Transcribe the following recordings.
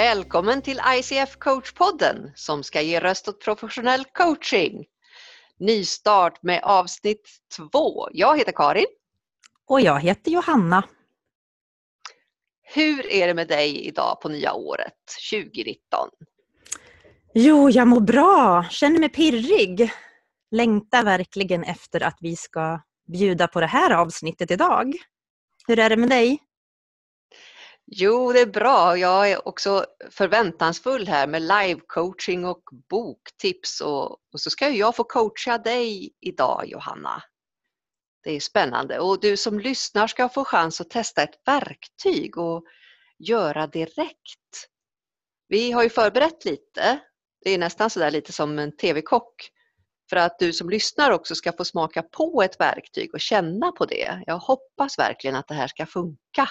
Välkommen till ICF Coach-podden som ska ge röst åt professionell coaching. Nystart med avsnitt 2. Jag heter Karin. Och jag heter Johanna. Hur är det med dig idag på nya året 2019? Jo, jag mår bra. Känner mig pirrig. Längtar verkligen efter att vi ska bjuda på det här avsnittet idag. Hur är det med dig? Jo, det är bra. Jag är också förväntansfull här med live-coaching och boktips. Och så ska jag få coacha dig idag, Johanna. Det är spännande. Och du som lyssnar ska få chans att testa ett verktyg och göra direkt. Vi har ju förberett lite. Det är nästan sådär lite som en tv-kock. För att du som lyssnar också ska få smaka på ett verktyg och känna på det. Jag hoppas verkligen att det här ska funka.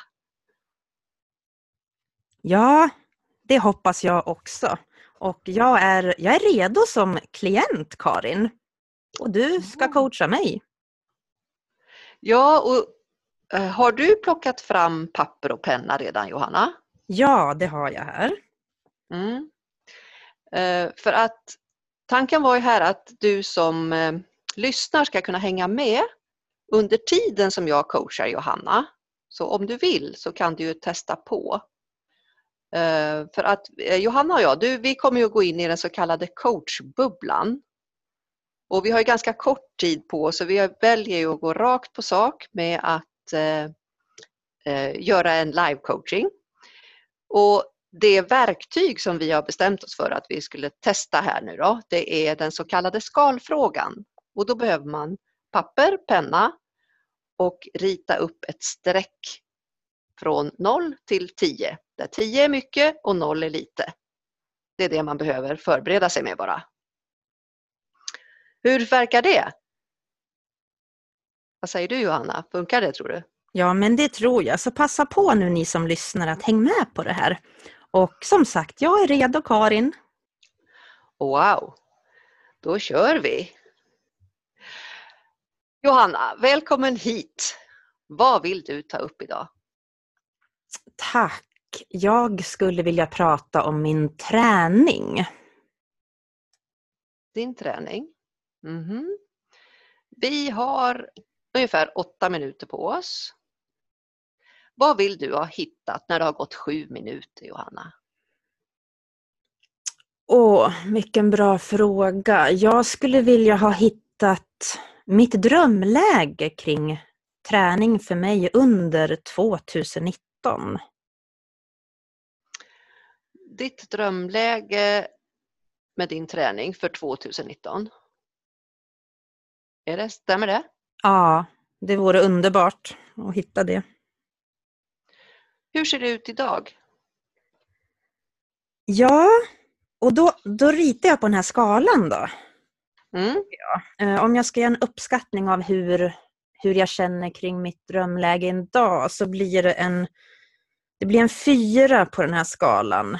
Ja, det hoppas jag också. Och jag är redo som klient, Karin. Och du ska coacha mig. Ja, och har du plockat fram papper och penna redan, Johanna? Ja, det har jag här. För att tanken var ju här att du som lyssnar ska kunna hänga med under tiden som jag coachar Johanna. Så om du vill så kan du ju testa på. För att Johanna och jag, vi kommer ju att gå in i den så kallade coachbubblan. Och vi har ju ganska kort tid på oss så vi väljer ju att gå rakt på sak med att göra en live-coaching. Och det verktyg som vi har bestämt oss för att vi skulle testa här nu då, det är den så kallade skalfrågan. Och då behöver man papper, penna och rita upp ett streck från 0 till 10. Där 10 är mycket och 0 är lite. Det är det man behöver förbereda sig med bara. Hur verkar det? Vad säger du, Johanna? Funkar det, tror du? Ja, men det tror jag. Så passa på nu ni som lyssnar att hänga med på det här. Och som sagt, jag är redo, Karin. Wow, då kör vi. Johanna, välkommen hit. Vad vill du ta upp idag? Tack. Jag skulle vilja prata om min träning. Din träning? Vi har ungefär 8 minuter på oss. Vad vill du ha hittat när det har gått 7 minuter, Johanna? Vilken bra fråga. Jag skulle vilja ha hittat mitt drömläge kring träning för mig under 2019. Ditt drömläge med din träning för 2019? Stämmer det? Ja, det vore underbart att hitta det. Hur ser det ut idag? Ja, och då ritar jag på den här skalan då. Ja. Om jag ska göra en uppskattning av hur jag känner kring mitt drömläge idag så blir det blir en 4 på den här skalan.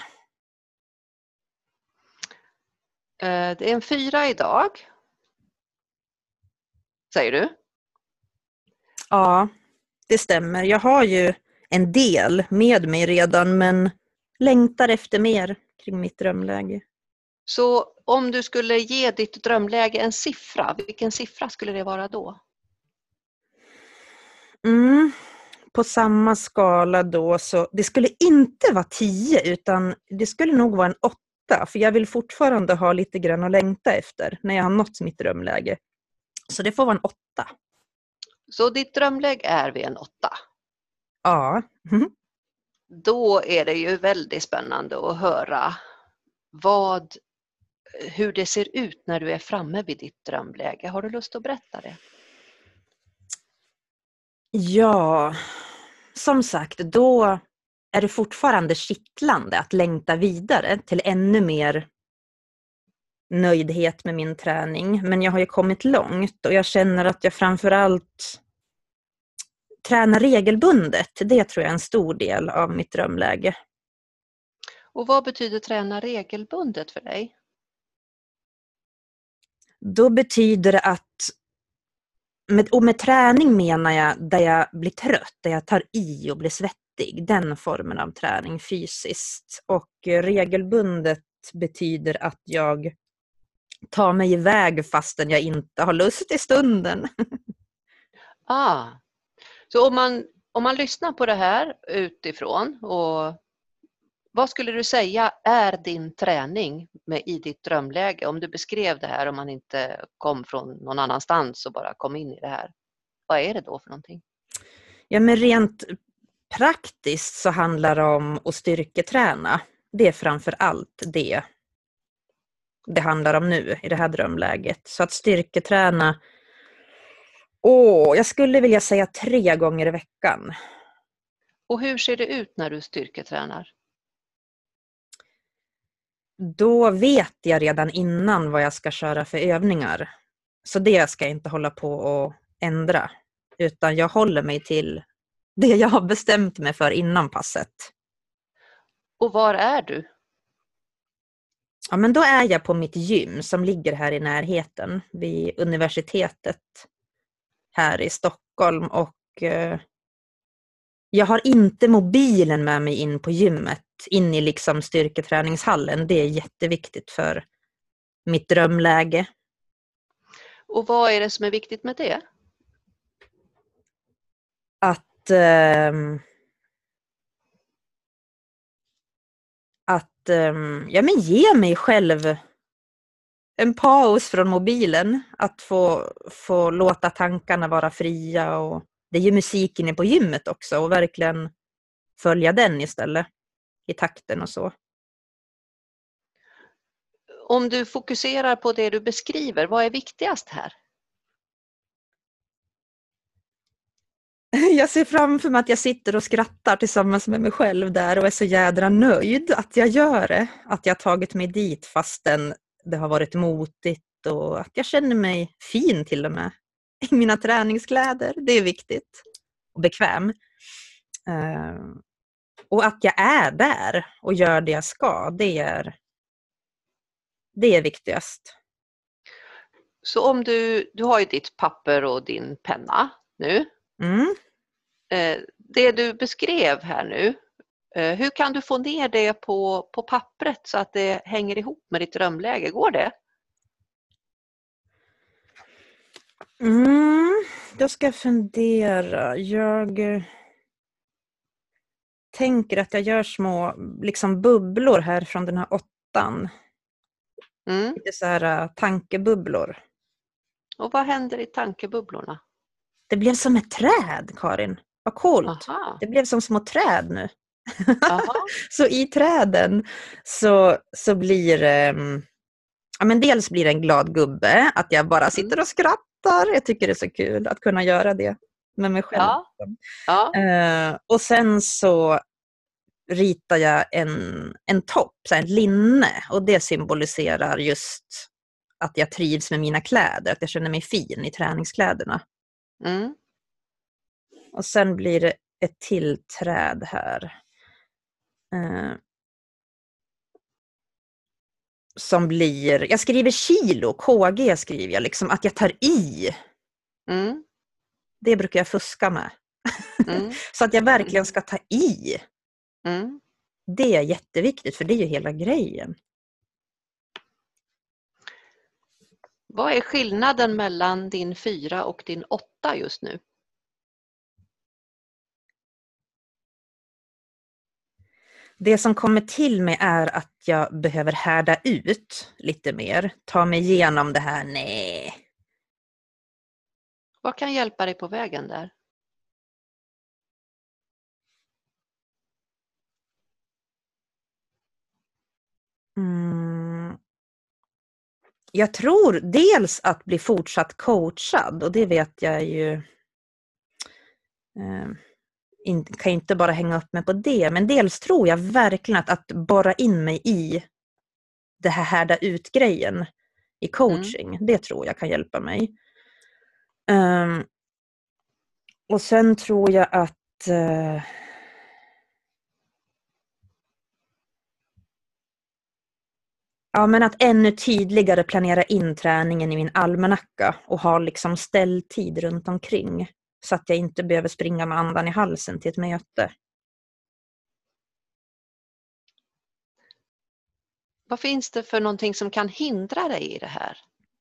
Det är en 4 idag. Säger du? Ja, det stämmer. Jag har ju en del med mig redan men längtar efter mer kring mitt drömläge. Så om du skulle ge ditt drömläge en siffra, vilken siffra skulle det vara då? På samma skala då så det skulle inte vara 10 utan det skulle nog vara en 8 för jag vill fortfarande ha lite grann att längta efter när jag har nått mitt drömläge. Så det får vara en 8. Så ditt drömläge är vid en 8? Ja. Då är det ju väldigt spännande att höra hur det ser ut när du är framme vid ditt drömläge. Har du lust att berätta det? Ja, som sagt, då är det fortfarande kittlande att längta vidare till ännu mer nöjdhet med min träning. Men jag har ju kommit långt och jag känner att jag framförallt tränar regelbundet. Det tror jag är en stor del av mitt drömläge. Och vad betyder träna regelbundet för dig? Då betyder det att med träning menar jag där jag blir trött, där jag tar i och blir svettig. nyttig, den formen av träning fysiskt. Och regelbundet betyder att jag tar mig iväg fastän jag inte har lust i stunden. Så om man lyssnar på det här utifrån, och vad skulle du säga är din träning i ditt drömläge? Om du beskrev det här, om man inte kom från någon annanstans och bara kom in i det här. Vad är det då för någonting? Ja, men rent praktiskt så handlar det om att styrketräna. Det är framför allt det handlar om nu i det här drömläget. Så att styrketräna, jag skulle vilja säga 3 gånger i veckan. Och hur ser det ut när du styrketränar? Då vet jag redan innan vad jag ska köra för övningar. Så det ska jag inte hålla på och ändra. Utan jag håller mig till det jag har bestämt mig för innan passet. Och var är du? Ja, men då är jag på mitt gym som ligger här i närheten vid universitetet här i Stockholm. Och jag har inte mobilen med mig in på gymmet, in i liksom styrketräningshallen. Det är jätteviktigt för mitt drömläge. Och vad är det som är viktigt med det? Att ge mig själv en paus från mobilen. Att få låta tankarna vara fria. Och det är ju musik inne på gymmet också. Och verkligen följa den istället. I takten och så. Om du fokuserar på det du beskriver, vad är viktigast här? Jag ser framför mig att jag sitter och skrattar tillsammans med mig själv där och är så jädra nöjd att jag gör det. Att jag har tagit mig dit fastän det har varit motigt och att jag känner mig fin till och med i mina träningskläder. Det är viktigt och bekväm. Och att jag är där och gör det jag ska, det är viktigast. Så om du har ju ditt papper och din penna nu. Mm. Det du beskrev här nu, hur kan du få ner det på pappret så att det hänger ihop med ditt drömläge? Går det? Då ska jag fundera. Jag tänker att jag gör små liksom bubblor här från den här 8:an. Lite så här tankebubblor. Och vad händer i tankebubblorna? Det blev som ett träd, Karin. Vad coolt. Aha. Det blev som små träd nu. Så i träden så blir men dels blir det en glad gubbe. Att jag bara sitter och skrattar. Jag tycker det är så kul att kunna göra det med mig själv. Ja. Och sen så ritar jag en topp, så här, ett linne. Och det symboliserar just att jag trivs med mina kläder. Att jag känner mig fin i träningskläderna. Och sen blir det ett till träd här. Som blir, jag skriver kilo, KG skriver jag liksom, att jag tar i. Det brukar jag fuska med. Så att jag verkligen ska ta i. Det är jätteviktigt, för det är ju hela grejen. Vad är skillnaden mellan din 4 och din 8 just nu? Det som kommer till mig är att jag behöver härda ut lite mer. Ta mig igenom det här. Nej. Vad kan hjälpa dig på vägen där? Jag tror dels att bli fortsatt coachad. Och det vet jag ju. Kan inte bara hänga upp mig på det. Men dels tror jag verkligen att borra in mig i det här härda ut-grejen i coaching. Det tror jag kan hjälpa mig. Och sen tror jag att men att ännu tydligare planera in träningen i min almanacka och ha liksom ställtid runt omkring. Så att jag inte behöver springa med andan i halsen till ett möte. Vad finns det för någonting som kan hindra dig i det här?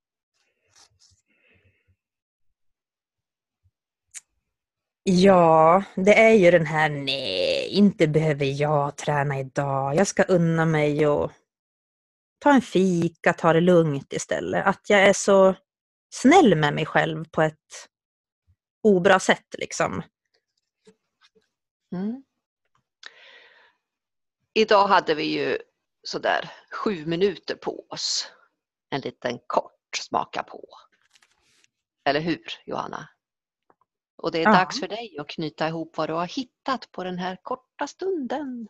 Ja, det är ju den här, nej, inte behöver jag träna idag. Jag ska unna mig och ta en fika, ta det lugnt istället. Att jag är så snäll med mig själv på ett obra sätt liksom. Mm. Idag hade vi ju sådär 7 minuter på oss. En liten kort smaka på. Eller hur, Johanna? Och det är dags för dig att knyta ihop vad du har hittat på den här korta stunden.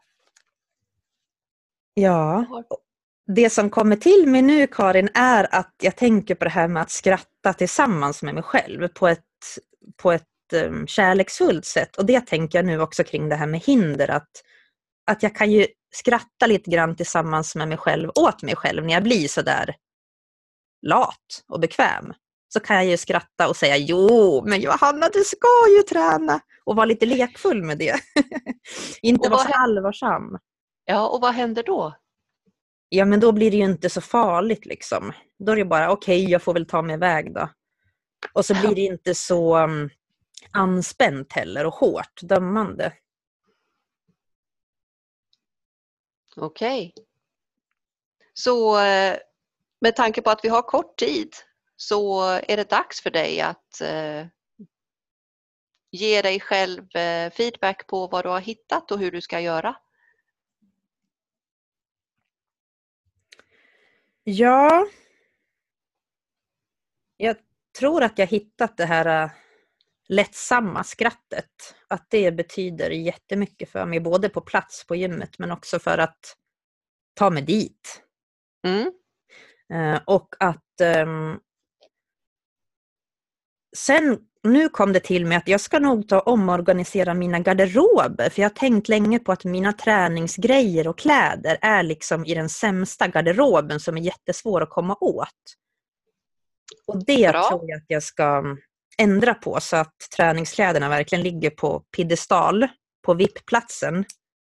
Ja, det som kommer till mig nu, Karin, är att jag tänker på det här med att skratta tillsammans med mig själv på ett kärleksfullt sätt. Och det tänker jag nu också kring det här med hinder, att jag kan ju skratta lite grann tillsammans med mig själv, åt mig själv, när jag blir så där lat och bekväm. Så kan jag ju skratta och säga, jo, men Johanna, du ska ju träna. Och vara lite lekfull med det. Inte vara så allvarsam. Ja, och vad händer då? Ja, men då blir det ju inte så farligt liksom. Då är det bara, okej, jag får väl ta mig iväg då. Och så blir det inte så anspänt heller och hårt, dömande. Okej. Så med tanke på att vi har kort tid så är det dags för dig att ge dig själv feedback på vad du har hittat och hur du ska göra. Ja, jag tror att jag hittat det här lättsamma skrattet. Att det betyder jättemycket för mig, både på plats på gymmet men också för att ta mig dit. Mm. Och att sen nu kom det till mig att jag ska nog omorganisera mina garderober, för jag har tänkt länge på att mina träningsgrejer och kläder är liksom i den sämsta garderoben som är jättesvår att komma åt. Och det tror jag att jag ska ändra på, så att träningskläderna verkligen ligger på piedestal på VIP-platsen.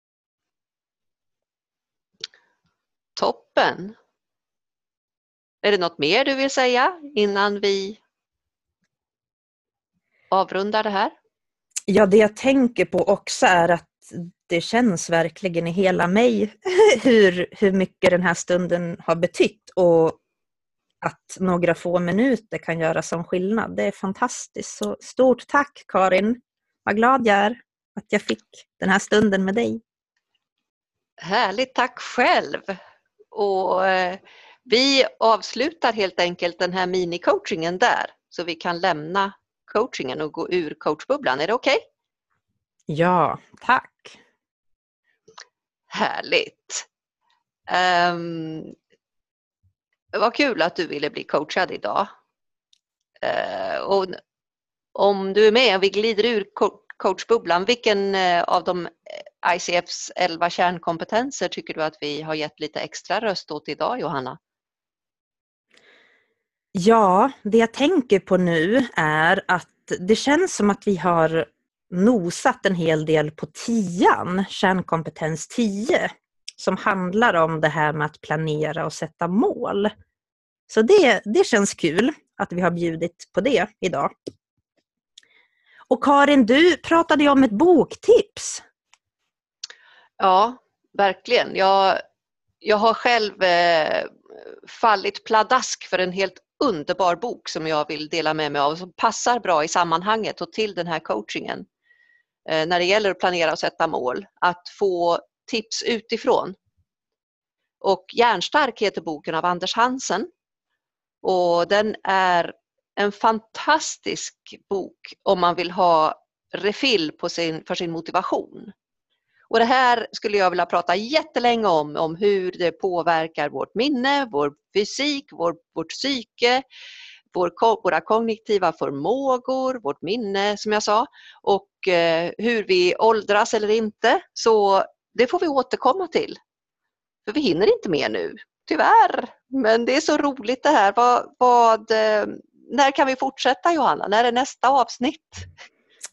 Toppen! Är det något mer du vill säga innan vi avrundar det här? Ja, det jag tänker på också är att det känns verkligen i hela mig hur mycket den här stunden har betytt, och att några få minuter kan göra som skillnad. Det är fantastiskt. Så stort tack, Karin. Vad glad jag är att jag fick den här stunden med dig. Härligt, tack själv. Och vi avslutar helt enkelt den här mini-coachingen där, så vi kan lämna coachingen och gå ur coachbubblan. Är det okej? Ja, tack. Härligt. Vad kul att du ville bli coachad idag. Och om du är med och vi glider ur coachbubblan, vilken av de ICFs 11 kärnkompetenser tycker du att vi har gett lite extra röst åt idag, Johanna? Ja, det jag tänker på nu är att det känns som att vi har nosat en hel del på 10, kärnkompetens 10, som handlar om det här med att planera och sätta mål. Så det känns kul att vi har bjudit på det idag. Och Karin, du pratade ju om ett boktips. Ja, verkligen. Jag har själv fallit pladask för en helt underbar bok som jag vill dela med mig av, som passar bra i sammanhanget och till den här coachingen. När det gäller att planera och sätta mål, att få tips utifrån. Och Hjärnstark heter boken av Anders Hansen. Och den är en fantastisk bok om man vill ha refill för sin motivation. Och det här skulle jag vilja prata jättelänge om hur det påverkar vårt minne, vår fysik, vårt psyke, våra kognitiva förmågor, vårt minne som jag sa, och hur vi åldras eller inte. Så det får vi återkomma till. För vi hinner inte mer nu, tyvärr. Men det är så roligt det här. När kan vi fortsätta, Johanna? När är nästa avsnitt?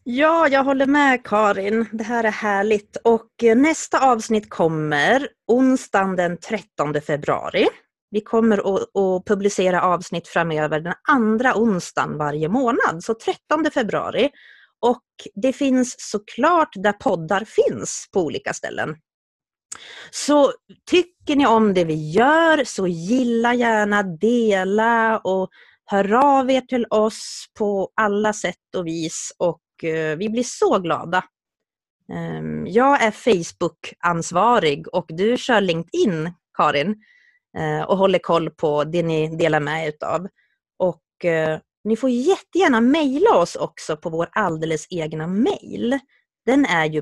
Ja, jag håller med Karin. Det här är härligt. Och nästa avsnitt kommer onsdagen den 13 februari. Vi kommer att publicera avsnitt framöver den andra onsdagen varje månad. Så 13 februari. Och det finns såklart där poddar finns på olika ställen. Så tycker ni om det vi gör så gilla gärna, dela och hör av er till oss på alla sätt och vis. Och vi blir så glada. Jag är Facebook-ansvarig och du kör LinkedIn, Karin, och håller koll på det ni delar med utav. Och ni får jättegärna mejla oss också på vår alldeles egna mejl. Den är ju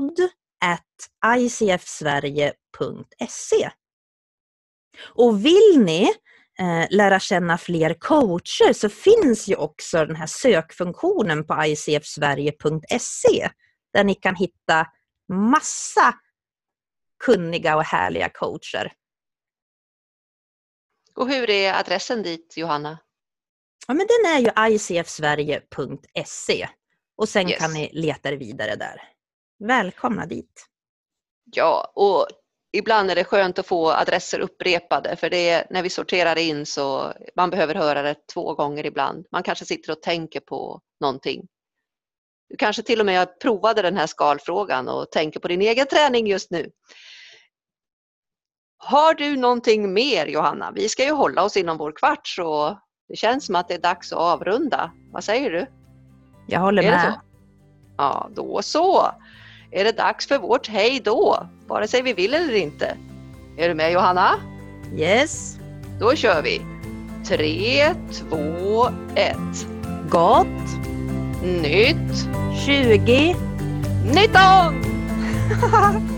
podd@icfsverige.se. Och vill ni lära känna fler coacher så finns ju också den här sökfunktionen på icfsverige.se där ni kan hitta massa kunniga och härliga coacher. Och hur är adressen dit, Johanna? Ja, men den är ju icfsverige.se och sen kan ni leta er vidare där. Välkomna dit. Ja, och ibland är det skönt att få adresser upprepade för det är, när vi sorterar in så man behöver höra det 2 gånger ibland. Man kanske sitter och tänker på någonting. Du kanske till och med provade den här skalfrågan och tänker på din egen träning just nu. Har du någonting mer, Johanna? Vi ska ju hålla oss inom vår kvart så det känns som att det är dags att avrunda. Vad säger du? Jag håller med. Ja, då så. Är det dags för vårt hej då? Vare sig vi vill eller inte. Är du med, Johanna? Yes. Då kör vi. 3, 2, 1. Gott. Nytt. 20. 19!